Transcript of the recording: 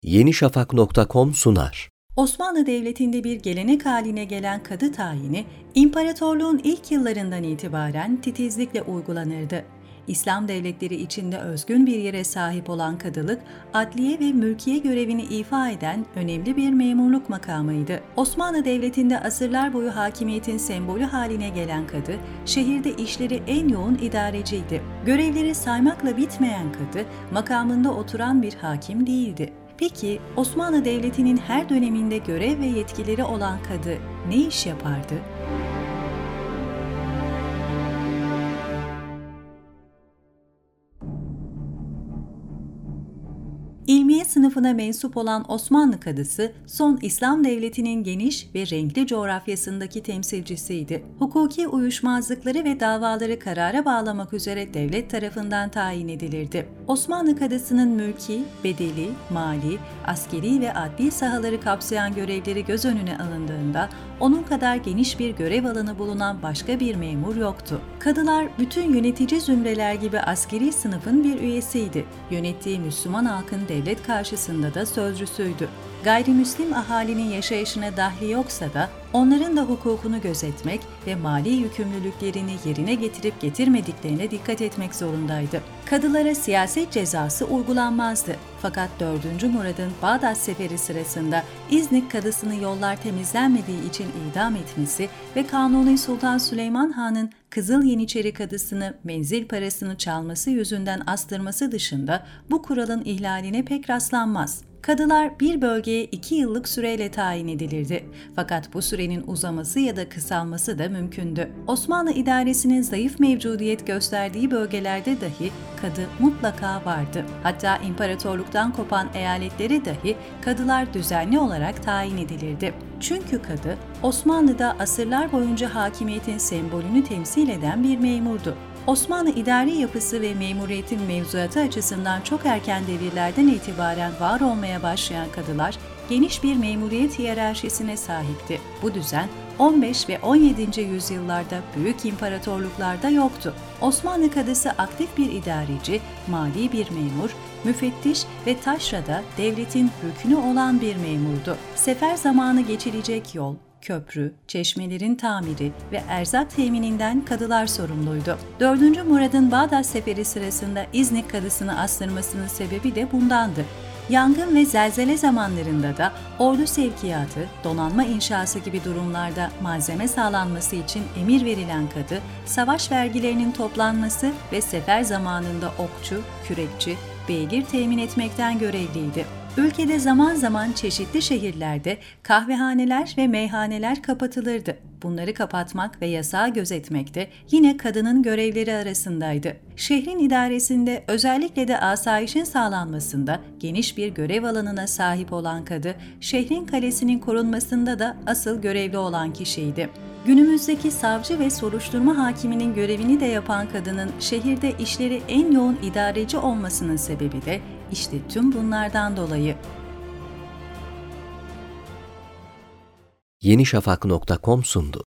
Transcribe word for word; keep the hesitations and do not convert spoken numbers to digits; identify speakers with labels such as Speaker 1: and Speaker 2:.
Speaker 1: Yeni Şafak nokta com sunar.
Speaker 2: Osmanlı Devleti'nde bir gelenek haline gelen kadı tayini, imparatorluğun ilk yıllarından itibaren titizlikle uygulanırdı. İslam devletleri içinde özgün bir yere sahip olan kadılık, adliye ve mülkiye görevini ifa eden önemli bir memurluk makamıydı. Osmanlı Devleti'nde asırlar boyu hakimiyetin sembolü haline gelen kadı, şehirde işleri en yoğun idareciydi. Görevleri saymakla bitmeyen kadı, makamında oturan bir hakim değildi. Peki Osmanlı Devleti'nin her döneminde görev ve yetkileri olan kadı ne iş yapardı? İlmiye sınıfına mensup olan Osmanlı kadısı, son İslam devletinin geniş ve renkli coğrafyasındaki temsilcisiydi. Hukuki uyuşmazlıkları ve davaları karara bağlamak üzere devlet tarafından tayin edilirdi. Osmanlı kadısının mülki, bedeli, mali, askeri ve adli sahaları kapsayan görevleri göz önüne alındığında, onun kadar geniş bir görev alanı bulunan başka bir memur yoktu. Kadılar bütün yönetici zümreler gibi askeri sınıfın bir üyesiydi. Yönettiği Müslüman halkın devlet karşısında da sözcüsüydü. Gayrimüslim ahalinin yaşayışına dahli yoksa da onların da hukukunu gözetmek ve mali yükümlülüklerini yerine getirip getirmediklerine dikkat etmek zorundaydı. Kadılara siyaset cezası uygulanmazdı. Fakat dördüncü Murad'ın Bağdat Seferi sırasında İznik kadısını yollar temizlenmediği için idam etmesi ve Kanuni Sultan Süleyman Han'ın Kızıl Yeniçeri kadısını menzil parasını çalması yüzünden astırması dışında bu kuralın ihlaline pek rastlanmaz. Kadılar bir bölgeye iki yıllık süreyle tayin edilirdi. Fakat bu sürenin uzaması ya da kısalması da mümkündü. Osmanlı idaresinin zayıf mevcudiyet gösterdiği bölgelerde dahi kadı mutlaka vardı. Hatta imparatorluktan kopan eyaletlere dahi kadılar düzenli olarak tayin edilirdi. Çünkü kadı, Osmanlı'da asırlar boyunca hakimiyetin sembolünü temsil eden bir memurdu. Osmanlı idari yapısı ve memuriyetin mevzuatı açısından çok erken devirlerden itibaren var olmaya başlayan kadılar, geniş bir memuriyet hiyerarşisine sahipti. Bu düzen on beş ve on yedinci yüzyıllarda büyük imparatorluklarda yoktu. Osmanlı kadısı aktif bir idareci, mali bir memur, müfettiş ve taşrada devletin rüknü olan bir memurdu. Sefer zamanı geçilecek yol, köprü, çeşmelerin tamiri ve erzak temininden kadılar sorumluydu. dördüncü Murad'ın Bağdat Seferi sırasında İznik kadısını astırmasının sebebi de bundandı. Yangın ve zelzele zamanlarında da ordu sevkiyatı, donanma inşası gibi durumlarda malzeme sağlanması için emir verilen kadı, savaş vergilerinin toplanması ve sefer zamanında okçu, kürekçi, beygir temin etmekten görevliydi. Ülkede zaman zaman çeşitli şehirlerde kahvehaneler ve meyhaneler kapatılırdı. Bunları kapatmak ve yasağı gözetmek de yine kadının görevleri arasındaydı. Şehrin idaresinde, özellikle de asayişin sağlanmasında geniş bir görev alanına sahip olan kadı, şehrin kalesinin korunmasında da asıl görevli olan kişiydi. Günümüzdeki savcı ve soruşturma hakiminin görevini de yapan kadının şehirde işleri en yoğun idareci olmasının sebebi de işte tüm bunlardan dolayı.
Speaker 1: Yeni Şafak nokta com sundu.